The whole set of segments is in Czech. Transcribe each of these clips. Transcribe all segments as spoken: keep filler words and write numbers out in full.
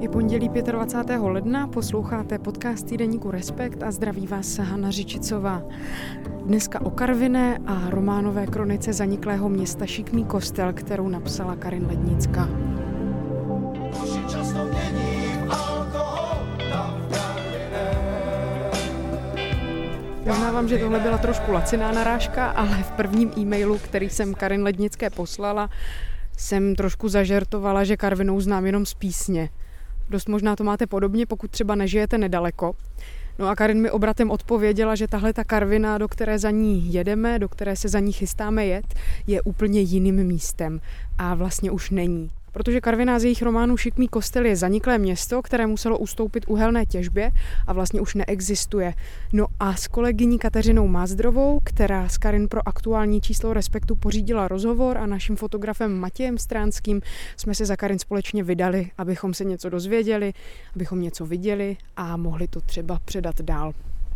Je pondělí dvacátého pátého ledna, posloucháte podcast týdeníku Respekt a zdraví vás Hana Řičicová. Dneska o Karviné a románové kronice zaniklého města Šikmý Kostel, kterou napsala Karin Lednická. Uznávám, že tohle byla trošku laciná narážka, ale v prvním e-mailu, který jsem Karin Lednické poslala, jsem trošku zažertovala, že Karvinou znám jenom z písně. Dost možná to máte podobně, pokud třeba nežijete nedaleko. No a Karin mi obratem odpověděla, že tahle ta Karvina, do které za ní jedeme, do které se za ní chystáme jet, je úplně jiným místem a vlastně už není. Protože Karviná z jejich románu Šikmý Kostel je zaniklé město, které muselo ustoupit uhelné těžbě a vlastně už neexistuje. No a s kolegyní Kateřinou Mázdrovou, která s Karin pro aktuální číslo Respektu pořídila rozhovor, a naším fotografem Matějem Stránským jsme se za Karin společně vydali, abychom se něco dozvěděli, abychom něco viděli a mohli to třeba předat dál.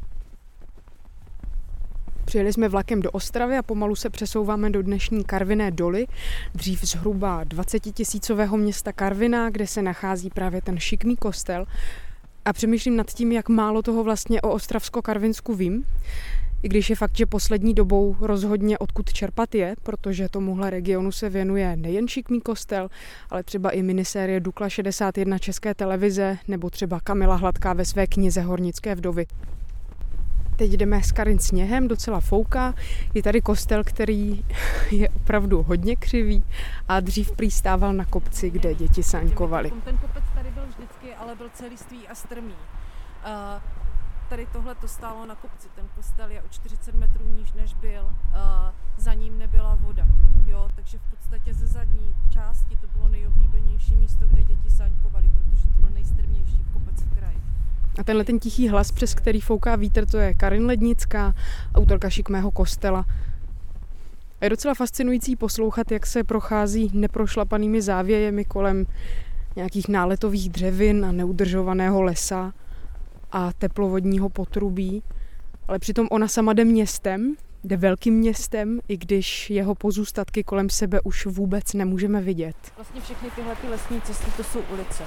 Přijeli jsme vlakem do Ostravy a pomalu se přesouváme do dnešní Karviné doly, dřív zhruba dvacetitisícového města Karviná, kde se nachází právě ten Šikmý Kostel. A přemýšlím nad tím, jak málo toho vlastně o Ostravsko-Karvinsku vím, i když je fakt, že poslední dobou rozhodně odkud čerpat je, protože tomuhle regionu se věnuje nejen Šikmý Kostel, ale třeba i minisérie Dukla šedesát jedna České televize nebo třeba Kamila Hladká ve své knize Hornické vdovy. Teď jdeme s Karin sněhem, docela fouká. Je tady kostel, který je opravdu hodně křivý a dřív prý stával na kopci, kde děti sáňkovaly. Ten kopec tady byl vždycky, ale byl celistvý a strmý. Uh, tady tohle to stálo na kopci. Ten kostel je o čtyřicet metrů níž než byl. Uh, za ním nebyla voda. Jo? Takže v podstatě ze zadní části to bylo nejoblíbenější místo, kde děti sáňkovaly, protože to byl nejstrmější kopec v kraji. A tenhle ten tichý hlas, přes který fouká vítr, to je Karin Lednická, autorka Šikmého kostela. A je docela fascinující poslouchat, jak se prochází neprošlapanými závějemi kolem nějakých náletových dřevin a neudržovaného lesa a teplovodního potrubí. Ale přitom ona sama jde městem, jde velkým městem, i když jeho pozůstatky kolem sebe už vůbec nemůžeme vidět. Vlastně všechny tyhle ty lesní cesty, to jsou ulice.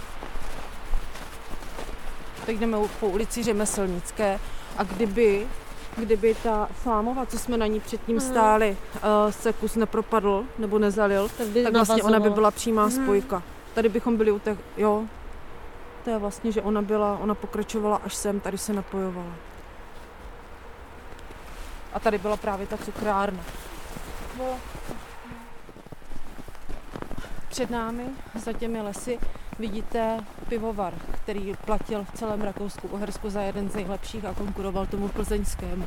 Teď jdeme po ulici Řemeslnické a kdyby, kdyby ta slámova, co jsme na ní předtím stáli, uh, se kus nepropadl nebo nezalil, tak, tak vlastně ona by byla přímá hmm. spojka. Tady bychom byli u těch, jo, to je vlastně, že ona byla, ona pokračovala až sem, tady se napojovala. A tady byla právě ta cukrárna. Před námi, za těmi lesy, vidíte pivovar, který platil v celém Rakousku-Uhersku za jeden z nejlepších a konkuroval tomu plzeňskému.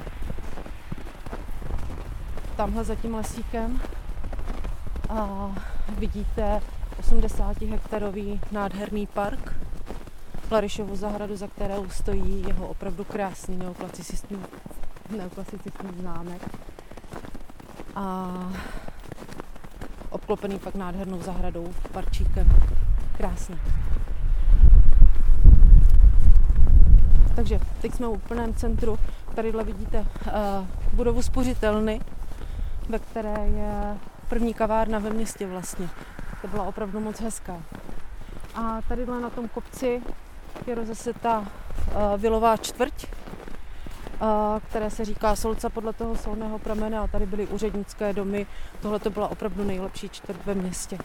Tamhle za tím lesíkem a vidíte osmdesáti-hektarový nádherný park, Larišovu zahradu, za kterou stojí jeho opravdu krásný neoklasicistní, neoklasicistní zámek. A obklopený pak nádhernou zahradou, parčíkem. Krásný. Takže teď jsme v úplném centru. Tadyhle vidíte uh, budovu spořitelny, ve které je první kavárna ve městě vlastně. To byla opravdu moc hezká. A tadyhle na tom kopci je zase ta uh, vilová čtvrť, uh, které se říká Solca podle toho solného pramene, a tady byly úřednické domy. Tohle to byla opravdu nejlepší čtvrť ve městě.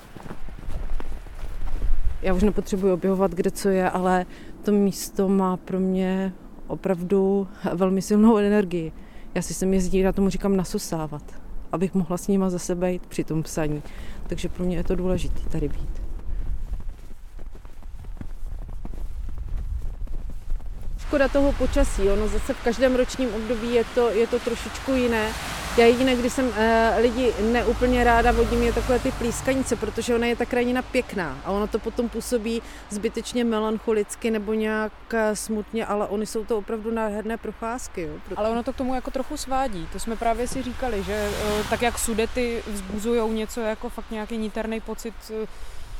Já už nepotřebuji objevovat, kde co je, ale to místo má pro mě opravdu velmi silnou energii. Já si sem jezdí, já tomu říkám nasosávat, abych mohla s nima zase být při tom psaní. Takže pro mě je to důležité tady být. Škoda toho počasí, ono zase v každém ročním období je to, je to trošičku jiné. Já jediné, když jsem e, lidi neúplně ráda vodím, je takové ty plískanice, protože ona je ta krajina pěkná a ono to potom působí zbytečně melancholicky nebo nějak smutně, ale oni jsou to opravdu nádherné procházky. Jo, proto... Ale ono to k tomu jako trochu svádí, to jsme právě si říkali, že e, tak jak Sudety vzbuzují něco jako fakt nějaký niterný pocit e,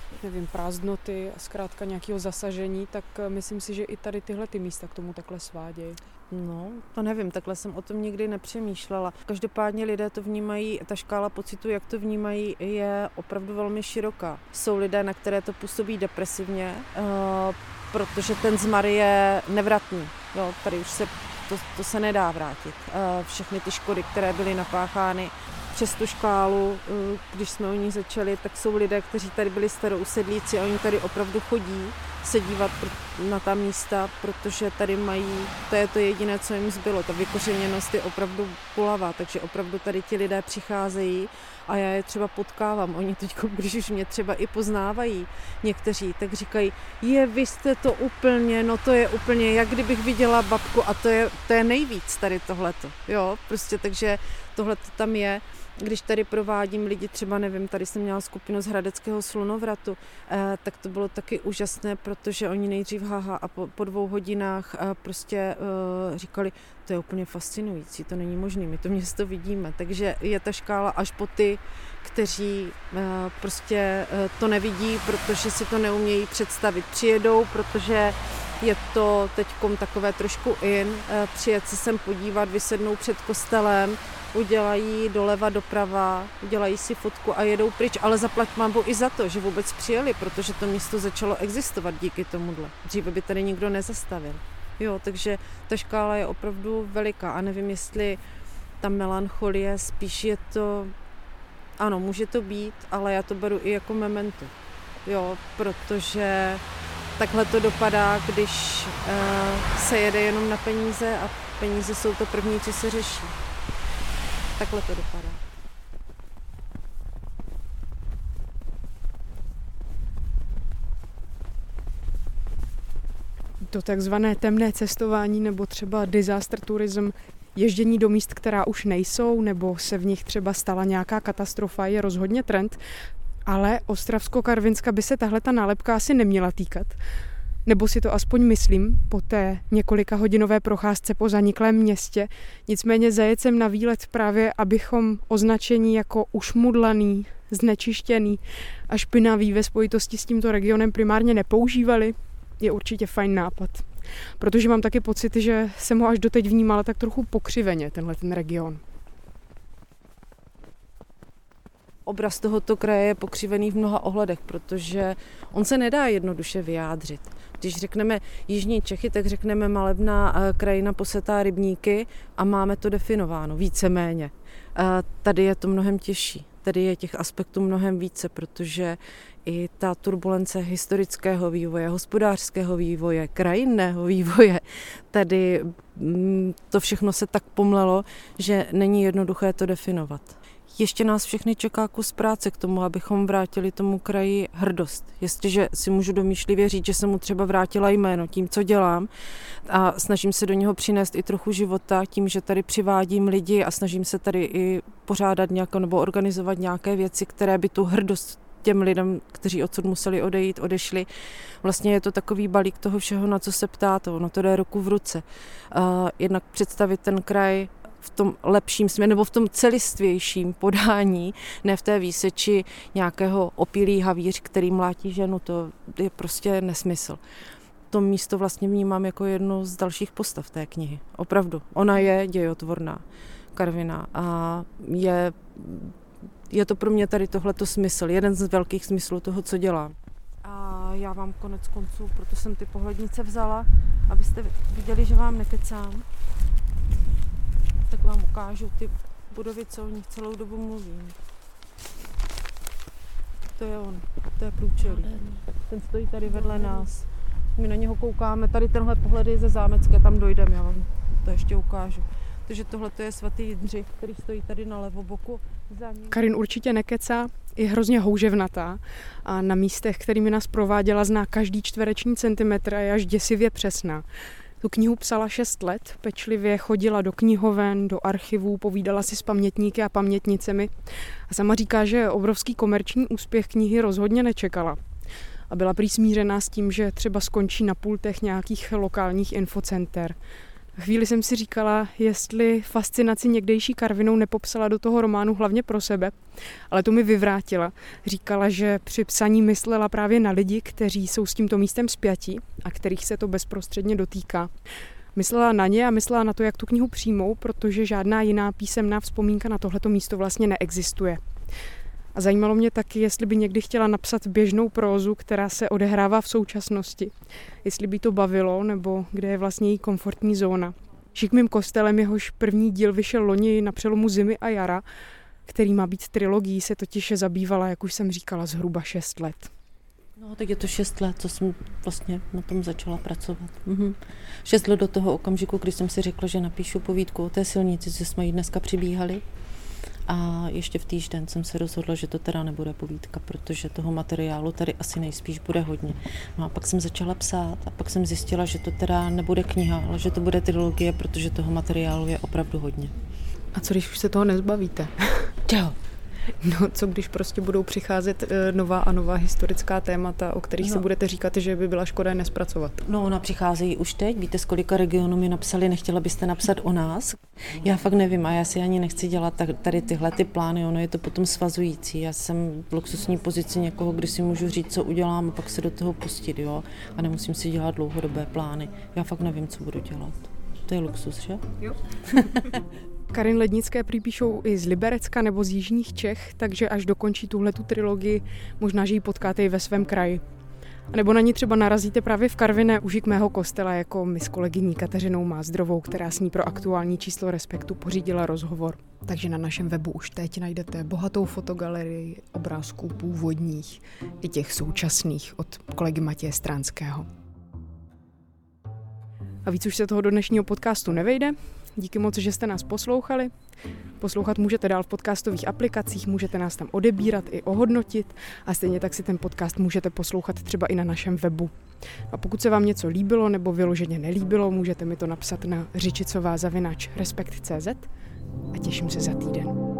nevím, prázdnoty a zkrátka nějakého zasažení, tak myslím si, že i tady tyhle ty místa k tomu takhle svádějí. No, to nevím, takhle jsem o tom nikdy nepřemýšlela. Každopádně lidé to vnímají, ta škála pocitů, jak to vnímají, je opravdu velmi široká. Jsou lidé, na které to působí depresivně, uh, protože ten zmar je nevratný. Jo, tady už se, to, to se nedá vrátit. Uh, všechny ty škody, které byly napáchány přes tu škálu, uh, když jsme o ní začali, tak jsou lidé, kteří tady byli starousedlíci a oni tady opravdu chodí se dívat na ta místa, protože tady mají, to je to jediné, co jim zbylo. Ta vykořeněnost je opravdu kulavá, takže opravdu tady ti lidé přicházejí a já je třeba potkávám. Oni teď, když už mě třeba i poznávají někteří, tak říkají, je, vy jste to úplně, no to je úplně, jak kdybych viděla babku a to je, to je nejvíc tady tohleto. Jo, prostě takže tohleto tam je. Když tady provádím lidi, třeba nevím, tady jsem měla skupinu z hradeckého slunovratu, eh, tak to bylo taky úžasné, protože oni nejdřív haha a po, po dvou hodinách eh, prostě eh, říkali, to je úplně fascinující, to není možné, my to město vidíme. Takže je ta škála až po ty, kteří eh, prostě eh, to nevidí, protože si to neumějí představit. Přijedou, protože je to teďkom takové trošku in, eh, přijet se sem podívat, vysednou před kostelem, udělají doleva, doprava, udělají si fotku a jedou pryč, ale zaplať pánbůh i za to, že vůbec přijeli, protože to město začalo existovat díky tomuhle. Dříve by tady nikdo nezastavil. Jo, takže ta škála je opravdu veliká a nevím, jestli ta melancholie, spíš je to, ano, může to být, ale já to beru i jako memento. Jo, protože takhle to dopadá, když uh, se jede jenom na peníze a peníze jsou to první, co se řeší. Takhle to dopadá. To takzvané temné cestování nebo třeba disaster tourism, ježdění do míst, která už nejsou, nebo se v nich třeba stala nějaká katastrofa, je rozhodně trend, ale Ostravsko-Karvinska by se tahle ta nálepka asi neměla týkat. Nebo si to aspoň myslím, po té několika hodinové procházce po zaniklém městě. Nicméně zajet jsem na výlet právě, abychom označení jako ušmudlaný, znečištěný a špinavý ve spojitosti s tímto regionem primárně nepoužívali, je určitě fajn nápad. Protože mám taky pocit, že jsem ho až doteď vnímala tak trochu pokřiveně, tenhle ten region. Obraz tohoto kraje je pokřivený v mnoha ohledech, protože on se nedá jednoduše vyjádřit. Když řekneme Jižní Čechy, tak řekneme malebná krajina posetá rybníky a máme to definováno víceméně. Tady je to mnohem těžší. Tady je těch aspektů mnohem více, protože i ta turbulence historického vývoje, hospodářského vývoje, krajinného vývoje, tady to všechno se tak pomlelo, že není jednoduché to definovat. Ještě nás všechny čeká kus práce k tomu, abychom vrátili tomu kraji hrdost. Jestliže si můžu domýšlivě říct, že jsem mu třeba vrátila jméno tím, co dělám a snažím se do něho přinést i trochu života tím, že tady přivádím lidi a snažím se tady i pořádat nějaké nebo organizovat nějaké věci, které by tu hrdost těm lidem, kteří odsud museli odejít, odešli. Vlastně je to takový balík toho všeho, na co se ptáte. Ono to jde ruku v ruce. Uh, jednak představit ten kraj v tom lepším směru, nebo v tom celistvějším podání, ne v té výseči nějakého opilý havíř, který mlátí ženu, to je prostě nesmysl. To místo vlastně vnímám jako jednu z dalších postav té knihy. Opravdu. Ona je dějotvorná, Karviná, a je, je to pro mě tady tohleto smysl, jeden z velkých smyslů toho, co dělám. A já vám konec konců, proto jsem ty pohlednice vzala, abyste viděli, že vám nekecám. Tak vám ukážu ty budovy, co o nich celou dobu mluvím. To je on, to je průčelí. Ten stojí tady vedle nás. My na něho koukáme, tady tenhle pohled je ze Zámecké, tam dojdeme, já vám to ještě ukážu. Takže tohle je svatý Jindřich, který stojí tady na levoboku. Za ním. Karin určitě nekecá, je hrozně houževnatá a na místech, kterými nás prováděla, zná každý čtvereční centimetr a je až děsivě přesná. Tu knihu psala šest let, pečlivě chodila do knihoven, do archivů, povídala si s pamětníky a pamětnicemi a sama říká, že obrovský komerční úspěch knihy rozhodně nečekala. A byla prý smířená s tím, že třeba skončí na pultech nějakých lokálních infocenter. Chvíli jsem si říkala, jestli fascinaci někdejší Karvinou nepopsala do toho románu hlavně pro sebe, ale to mi vyvrátila. Říkala, že při psaní myslela právě na lidi, kteří jsou s tímto místem spjatí a kterých se to bezprostředně dotýká. Myslela na ně a myslela na to, jak tu knihu přijmou, protože žádná jiná písemná vzpomínka na tohleto místo vlastně neexistuje. A zajímalo mě taky, jestli by někdy chtěla napsat běžnou prózu, která se odehrává v současnosti. Jestli by to bavilo, nebo kde je vlastně její komfortní zóna. Šikmým kostelem, jehož první díl vyšel loni na přelomu zimy a jara, který má být trilogií, se totiž zabývala, jak už jsem říkala, zhruba šest let. No, tak je to šest let, co jsem vlastně na tom začala pracovat. Mhm. Šest let do toho okamžiku, kdy jsem si řekla, že napíšu povídku o té silnici, že jsme ji dneska přibíhali. A ještě v týžden jsem se rozhodla, že to teda nebude povídka, protože toho materiálu tady asi nejspíš bude hodně. No a pak jsem začala psát a pak jsem zjistila, že to teda nebude kniha, ale že to bude trilogie, protože toho materiálu je opravdu hodně. A co když už se toho nezbavíte? Čeho? No, co když prostě budou přicházet nová a nová historická témata, o kterých no. se budete říkat, že by byla škoda nespracovat? No, ona přicházejí už teď. Víte, z kolika regionů mi napsali, nechtěla byste napsat o nás? Já fakt nevím a já si ani nechci dělat tady tyhle ty plány, ono je to potom svazující. Já jsem v luxusní pozici někoho, kdy si můžu říct, co udělám a pak se do toho pustit, jo? A nemusím si dělat dlouhodobé plány. Já fakt nevím, co budu dělat. To je luxus, že? Jo. Karin Lednické připíšou i z Liberecka nebo z jižních Čech, takže až dokončí tuhletu trilogii, možná, že ji potkáte i ve svém kraji. A nebo na ní třeba narazíte právě v Karviné u Šikmého kostela jako my s kolegyní Kateřinou Mázdrovou, která s ní pro aktuální číslo Respektu pořídila rozhovor. Takže na našem webu už teď najdete bohatou fotogalerii obrázků původních i těch současných od kolegy Matěje Stránského. A víc už se toho do dnešního podcastu nevejde. Díky moc, že jste nás poslouchali. Poslouchat můžete dál v podcastových aplikacích, můžete nás tam odebírat i ohodnotit a stejně tak si ten podcast můžete poslouchat třeba i na našem webu. A pokud se vám něco líbilo nebo vyloženě nelíbilo, můžete mi to napsat na řičicová zavináč respekt tečka cé zet a těším se za týden.